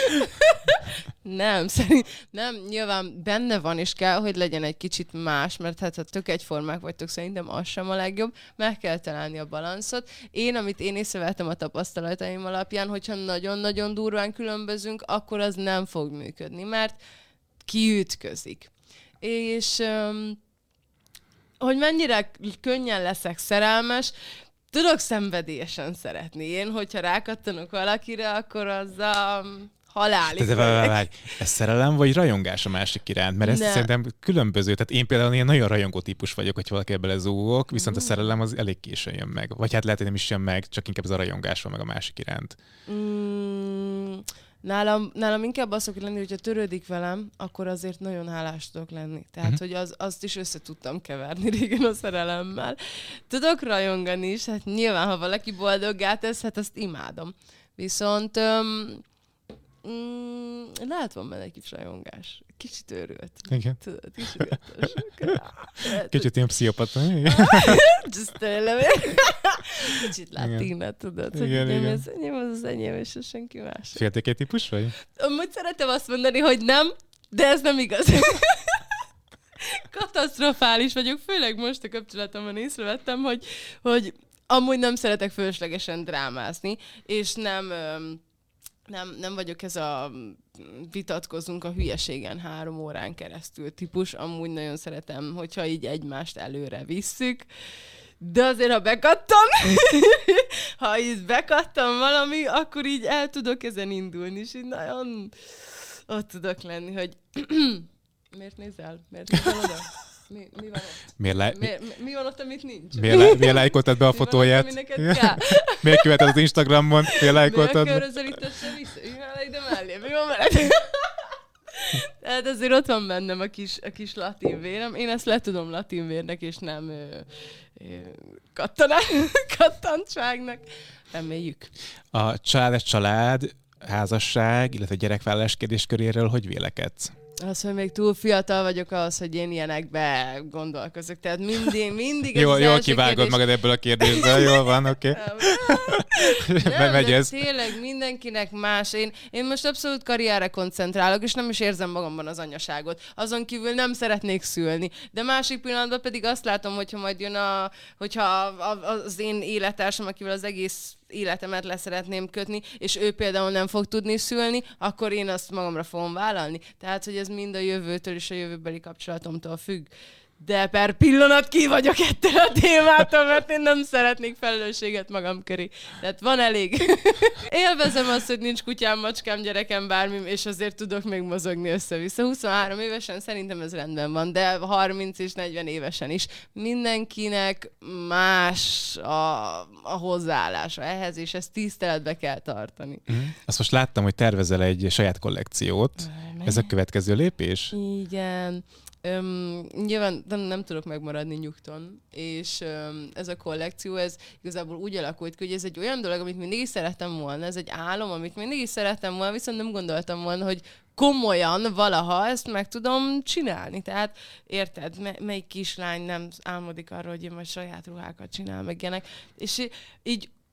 Nem, szerint nem, nyilván benne van, és kell, hogy legyen egy kicsit más, mert hát ha tök egyformák vagytok, szerintem az sem a legjobb, meg kell találni a balanszot. Én, amit én észrevettem a tapasztalataim alapján, hogyha nagyon-nagyon durván különbözünk, akkor az nem fog működni, mert kiütközik. És um, hogy mennyire könnyen leszek szerelmes, tudok szenvedélyesen szeretni. Én, hogyha rákattanok valakire, akkor az a halálig. De, de, de, de, ez szerelem vagy rajongás a másik iránt? Mert ez ne. Szerintem különböző. Tehát én például ilyen nagyon rajongó típus vagyok, hogy valaki ebből zúgok, viszont mm. a szerelem az elég későn jön meg. Vagy hát lehet, hogy nem is jön meg, csak inkább ez a rajongás van meg a másik iránt. Mm. Nálam, nálam inkább az szokott lenni, hogyha törődik velem, akkor azért nagyon hálás tudok lenni. Tehát, uh-huh. hogy az, azt is össze tudtam keverni régen a szerelemmel. Tudok rajongani is, hát nyilván, ha valaki boldoggá tesz, hát azt imádom. Viszont öm, mm, lehet van benne egy kis rajongás. Kicsit őrült. Igen. Tudod, kicsit Kicsit ilyen pszichopata. Just tényleg. Kicsit latina, tudod, hogy igen, igen. Az enyém, az az enyém, és az senki más. Féltékeny típus vagy? Amúgy szeretem azt mondani, hogy nem, de ez nem igaz. Katasztrofális vagyok, főleg most a kapcsolatomban észrevettem, hogy, hogy amúgy nem szeretek fölöslegesen drámázni, és nem... Nem, nem vagyok ez a vitatkozunk a hülyeségen három órán keresztül típus. Amúgy nagyon szeretem, hogyha így egymást előre visszük. De azért, ha bekattam, ha így bekattam valami, akkor így el tudok ezen indulni, és így nagyon ott tudok lenni, hogy miért nézel? Miért nézel oda? Mi, mi van ott? Miért le... mi, mi, mi van ott, amit nincs? Miért, le... miért lájkoltad be a mi fotóját? Van ott, miért követed az Instagramon? Miért lájkoltad? Miért körözöl itt össze vissza? Ülj ide mellé, mi van veled? Tehát azért ott van bennem a kis, a kis latin vérem. Én ezt le tudom latin vérnek, és nem ö, ö, kattanás, kattantságnak. Reméljük. A családes család, házasság, illetve gyerekvállalás kérdésköréről hogy vélekedsz? Az, hogy még túl fiatal vagyok ahhoz, hogy én ilyenekbe gondolkozok. Tehát mindig, mindig... Jól, jól kivágod kérdés... magad ebből a kérdésből, jól van, oké. Okay. Nem, megy ez. Tényleg mindenkinek más. Én, én most abszolút karrierre koncentrálok, és nem is érzem magamban az anyaságot. Azon kívül nem szeretnék szülni. De másik pillanatban pedig azt látom, hogyha majd jön a... hogyha az én élettársam, akivel az egész életemet le szeretném kötni, és ő például nem fog tudni szülni, akkor én azt magamra fogom vállalni. Tehát, hogy ez mind a jövőtől és a jövőbeli kapcsolatomtól függ. De per pillanat ki vagyok ettől a témától, mert én nem szeretnék felelősséget magam köré. Tehát van elég. Élvezem azt, hogy nincs kutyám, macskám, gyerekem, bármi, és azért tudok még mozogni össze-vissza. huszonhárom évesen szerintem ez rendben van, de harminc és negyven évesen is. Mindenkinek más a, a hozzáállása ehhez, és ezt tiszteletbe kell tartani. Mm. Azt most láttam, hogy tervezel egy saját kollekciót. Ne. Ez a következő lépés? Igen. Um, nyilván nem, nem tudok megmaradni nyugton, és um, ez a kollekció, ez igazából úgy alakult ki, hogy ez egy olyan dolog, amit mindig is szerettem volna, ez egy álom, amit mindig is szerettem volna, viszont nem gondoltam volna, hogy komolyan valaha ezt meg tudom csinálni. Tehát érted, m- melyik kislány nem álmodik arról, hogy én majd saját ruhákat csinál, meg ilyenek. És így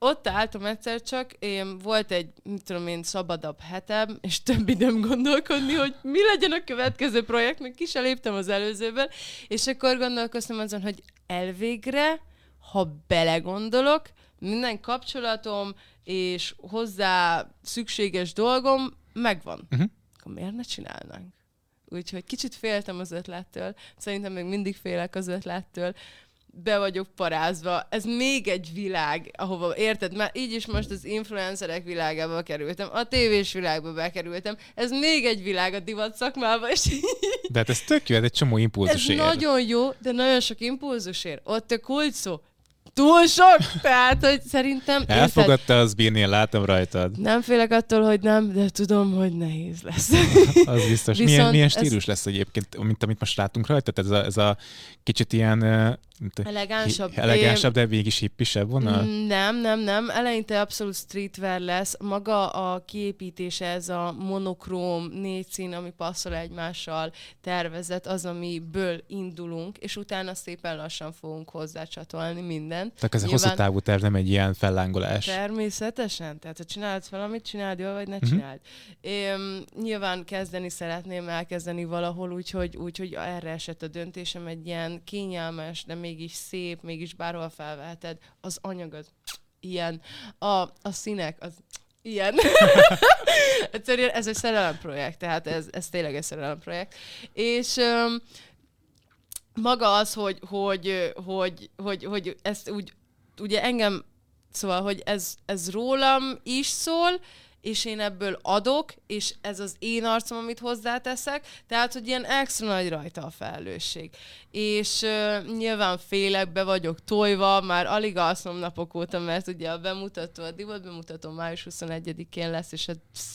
ott álltam egyszer csak, én volt egy, mit tudom én, szabadabb hetem, és több időm gondolkodni, hogy mi legyen a következő projekt, meg ki se léptem az előzőből, és akkor gondolkoztam azon, hogy elvégre, ha belegondolok, minden kapcsolatom és hozzá szükséges dolgom megvan. Uh-huh. Akkor miért ne csinálnánk? Úgyhogy kicsit féltem az ötlettől, szerintem még mindig félek az ötlettől, be vagyok parázva. Ez még egy világ, ahova, érted? Már így is most az influencerek világába kerültem, a tévés világba bekerültem. Ez még egy világ a divat szakmába, és de hát ez tök jó, ez egy csomó impulzus ér. Ez nagyon jó, de nagyon sok impulzus ér. Ott a kulcs szó. Túl sok! Tehát, hogy szerintem... Elfogadta az bírni, én látom rajtad. Nem félek attól, hogy nem, de tudom, hogy nehéz lesz. Az biztos. Milyen, milyen stílus ez... lesz egyébként, mint amit most látunk rajta? Ez a, ez a kicsit ilyen... Elegánsabb. Elegánsabb, de mégis hippisebb vonal? Nem, nem, nem. Eleinte abszolút streetwear lesz. Maga a kiépítése, ez a monokróm négy szín, ami passzol egymással tervezett, az, amiből indulunk, és utána szépen lassan fogunk hozzácsatolni mindent. Tehát ez a hosszú távú terv, nem egy ilyen fellángolás. Természetesen. Tehát, ha csinálsz valamit, csináld jól, vagy ne csináld. Uh-huh. Én nyilván kezdeni szeretném elkezdeni valahol, úgyhogy, úgyhogy erre esett a döntésem, egy ilyen kényelmes, de mégis szép, mégis bárhol felveheted. Az anyag az ilyen. A, a színek az ilyen. Egyszerűen ez egy szerelemprojekt, tehát ez, ez tényleg egy szerelemprojekt. És um, maga az, hogy, hogy, hogy, hogy, hogy ezt úgy, ugye engem, szóval, hogy ez, ez rólam is szól, és én ebből adok, és ez az én arcom, amit hozzáteszek, tehát, hogy ilyen extra nagy rajta a felelősség. És uh, nyilván félek, be vagyok tojva, már alig alszom napok óta, mert ugye a bemutató, a divat bemutató május huszonegyedikén lesz, és hát psz,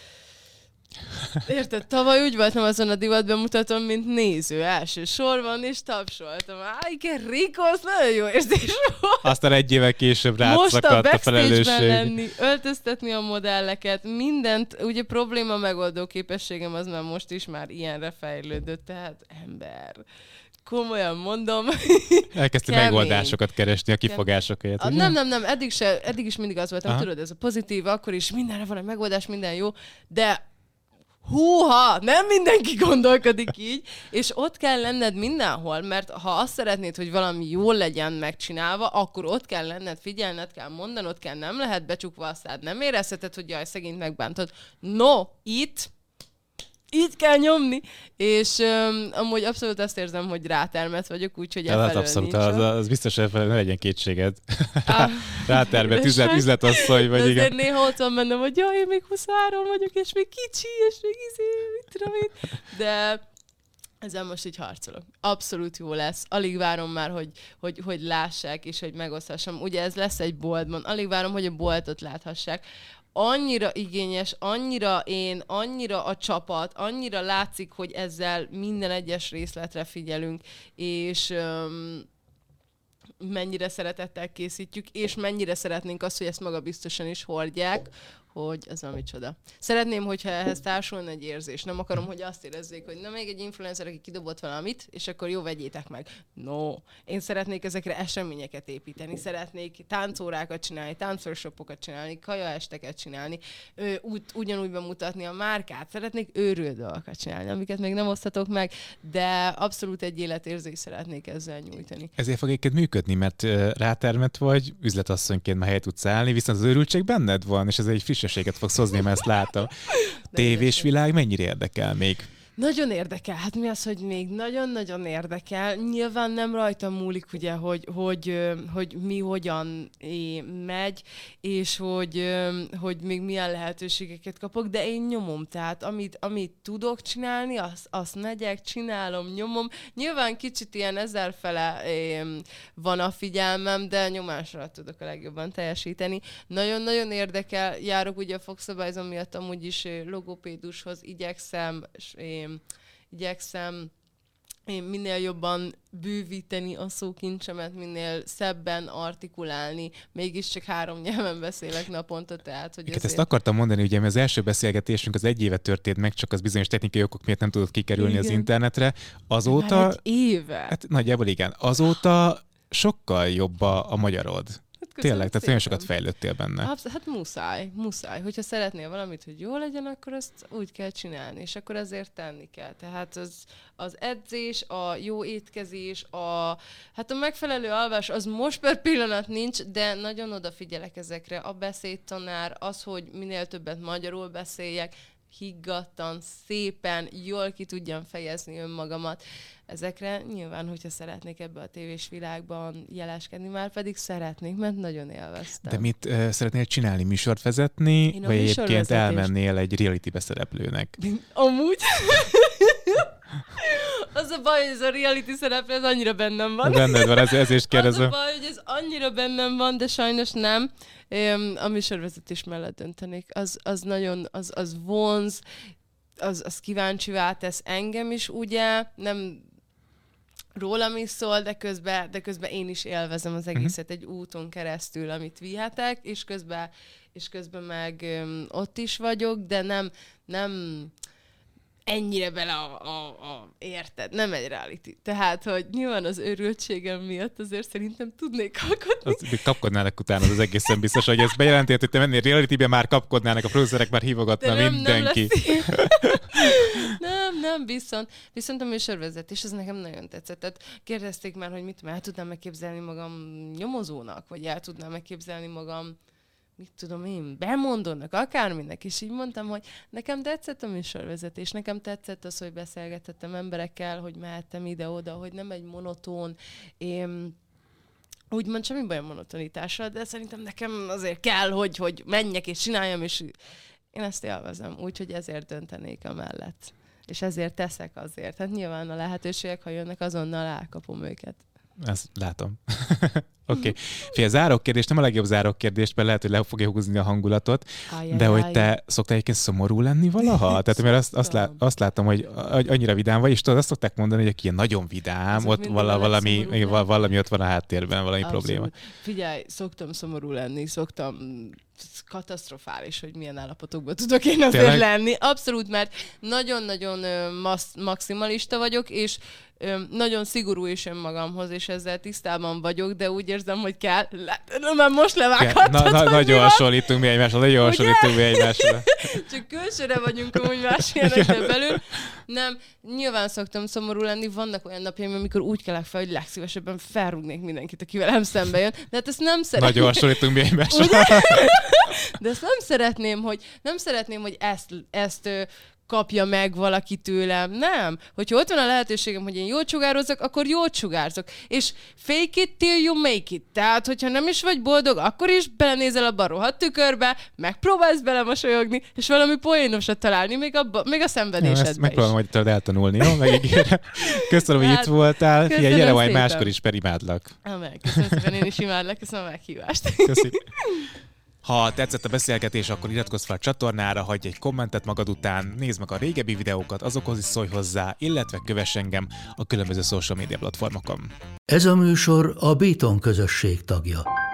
érted, tavaly úgy voltam azon a divat bemutatón, mint néző első sorban, és tapsoltam. Á, igen, Rikosz, nagyon jó érzés volt. Aztán egy évvel később rátszakadt a felelősség. Most a backstage-ben lenni, öltöztetni a modelleket, mindent, ugye probléma megoldó képességem az már most is már ilyenre fejlődött, tehát ember. Komolyan mondom. Elkezdtél megoldásokat keresni a kifogásokért. A, nem, nem, nem, eddig, se, eddig is mindig az voltam, aha, tudod, ez a pozitív, akkor is mindenre van egy megoldás, minden jó, de húha, nem mindenki gondolkodik így, és ott kell lenned mindenhol, mert ha azt szeretnéd, hogy valami jól legyen megcsinálva, akkor ott kell lenned, figyelned kell, mondanod kell, nem lehet becsukva a szád, nem érezheted, hogy jaj, szegényt megbántod. No, itt, itt kell nyomni, és um, amúgy abszolút azt érzem, hogy rátermet vagyok, úgyhogy elfelől nincs. Abszolút, az, az biztos elfelől, ne legyen kétséged. Ah, rátermet, üzlet, üzletasszony vagy, igen. Azért néha ott van bennem, hogy jaj, én még huszonhárom vagyok, és még kicsi, és még izé, mit tudom én. De ezzel most így harcolok. Abszolút jó lesz. Alig várom már, hogy, hogy, hogy lássák, és hogy megoszthassam. Ugye ez lesz egy boltban. Alig várom, hogy a boltot láthassák. Annyira igényes, annyira én, annyira a csapat, annyira látszik, hogy ezzel minden egyes részletre figyelünk, és um, mennyire szeretettel készítjük, és mennyire szeretnénk azt, hogy ezt magabiztosan is hordják, hogy ez valami csoda. Szeretném, hogyha ehhez társulna egy érzés. Nem akarom, hogy azt érezzék, hogy na még egy influencer, aki kidobott valamit, és akkor jó, vegyétek meg. No. Én szeretnék ezekre eseményeket építeni, szeretnék táncórákat csinálni, táncworkshopokat csinálni, kajaesteket csinálni, úgy, ugyanúgy bemutatni a márkát, szeretnék őrült dolgokat csinálni, amiket még nem osztatok meg, de abszolút egy életérzést szeretnék ezzel nyújtani. Ezért fog egyébként működni, mert rátermet vagy, üzletasszonyként már helyet tudsz állni, viszont az őrültség benned van, és ez egy friss fogsz hozni, mert ezt látom. Tévés világ mennyire érdekel még? Nagyon érdekel. Hát mi az, hogy még nagyon-nagyon érdekel. Nyilván nem rajtam múlik, ugye, hogy, hogy, hogy mi hogyan megy, és hogy, hogy még milyen lehetőségeket kapok, de én nyomom. Tehát amit, amit tudok csinálni, azt, azt megyek, csinálom, nyomom. Nyilván kicsit ilyen ezerfele van a figyelmem, de nyomásra tudok a legjobban teljesíteni. Nagyon-nagyon érdekel. Járok ugye a fogszabályzom miatt amúgy is logopédushoz, igyekszem, és én igyekszem én minél jobban bővíteni a szókincsemet, minél szebben artikulálni, mégiscsak három nyelven beszélek naponta, tehát, hogy ezért... Ezt akartam mondani, ugye mi az első beszélgetésünk az egy éve történt meg, csak az bizonyos technikai okok miatt nem tudott kikerülni igen. az internetre. Azóta... Már egy éve? Hát nagyjából igen. Azóta sokkal jobb a, a magyarod. Tényleg, tehát nagyon sokat fejlődtél benne. Absz- hát muszáj, muszáj. Hogyha szeretnél valamit, hogy jó legyen, akkor azt úgy kell csinálni, és akkor azért tenni kell. Tehát az, az edzés, a jó étkezés, a, hát a megfelelő alvás, az most per pillanat nincs, de nagyon odafigyelek ezekre. A beszédtanár, az, hogy minél többet magyarul beszéljek, higgadtan, szépen, jól ki tudjam fejezni önmagamat. Ezekre nyilván, hogyha szeretnék ebbe a tévés világban jeleskedni, már pedig szeretnék, mert nagyon élveztem. De mit uh, szeretnél csinálni? Műsort vezetni? Vagy egyébként elmennél egy reality-be szereplőnek? Amúgy... Az a baj, hogy ez a reality szereplő, ez annyira bennem van. Benned van, ez, ez is kérdezem. Az a baj, hogy ez annyira bennem van, de sajnos nem. A műsorvezetés mellett döntenék. Az, az nagyon, az, az vonz, az, az kíváncsivá tesz engem is, ugye, nem rólam is szól, de közben, de közben én is élvezem az egészet uh-huh. egy úton keresztül, amit vihetek, és közben, és közben meg öm, ott is vagyok, de nem, nem ennyire bele a, a, a érted, nem egy reality. Tehát, hogy nyilván az őrültségem miatt azért szerintem tudnék alkotni. Az, kapkodnának utána, az egészen biztos, hogy ezt bejelentél, hogy te mennél realitybe, már kapkodnának, a producerek már hívogatna nem, mindenki. Nem, nem, nem, viszont, viszont a műsorvezetés, az nekem nagyon tetszett. Tehát kérdezték már, hogy mit, el tudnám megképzelni magam nyomozónak, vagy el tudnám megképzelni magam mit tudom én, bemondónak, akárminek, és így mondtam, hogy nekem tetszett a műsorvezetés, nekem tetszett az, hogy beszélgethettem emberekkel, hogy mehettem ide-oda, hogy nem egy monoton, én úgymond semmi baj a monotonitással, de szerintem nekem azért kell, hogy, hogy menjek és csináljam, és én ezt élvezem, úgyhogy ezért döntenék amellett. És ezért teszek azért. Hát nyilván a lehetőségek, ha jönnek, azonnal elkapom őket. Ezt látom. Oké. Okay. Fia, záró kérdés, nem a legjobb záró kérdés, mert lehet, hogy le fogja húzni a hangulatot, ajaj, de hogy te ajaj. szoktál egyébként szomorú lenni valaha? Tehát mert azt, azt, lá, azt látom, hogy annyira vidám vagy, és tudod, azt szokták mondani, hogy aki ilyen nagyon vidám, azok ott vala, valami, valami ott van a háttérben, valami abszolút. Probléma. Figyelj, szoktam szomorú lenni, szoktam katasztrofális, hogy milyen állapotokban tudok én azért Tényleg? lenni. Abszolút, mert nagyon-nagyon masz, maximalista vagyok, és nagyon szigorú is önmagamhoz, és ezzel tisztában vagyok, de úgy érzem, hogy kell, le, már most levághattad, na, na, Nagyon hasonlítunk mi egymásra, nagyon hasonlítunk mi egymásra. Csak külsőre vagyunk amúgy más ilyenekben belül. Nem, nyilván szoktam szomorú lenni, vannak olyan napjaim, amikor úgy kelek fel, hogy legszívesebben felrúgnék mindenkit, aki velem szembe jön, de hát ezt nem szeretném. Nagyon hasonlítunk mi egymásra. De ezt nem szeretném, hogy, nem szeretném, hogy ezt, ezt kapja meg valaki tőlem. Nem. Hogyha ott van a lehetőségem, hogy én jót sugározzak, akkor jót sugárzok. És fake it till you make it. Tehát, hogyha nem is vagy boldog, akkor is belenézel abba a rohadt tükörbe, megpróbálsz belemosolyogni, és valami poénosat találni, még, abba, még a szenvedésedbe is. Megpróbálom majd tudod eltanulni, jó? Megígérem. Köszönöm, hogy itt voltál. Figyelj, gyere majd máskor is, mert imádlak. Amen. Köszönöm szépen, én is imádlak. Köszönöm a meghívást. Köszönöm. Ha tetszett a beszélgetés, akkor iratkozz fel a csatornára, hagyj egy kommentet magad után, nézd meg a régebbi videókat, azokhoz is szólj hozzá, illetve kövess engem a különböző social media platformokon. Ez a műsor a Béton közösség tagja.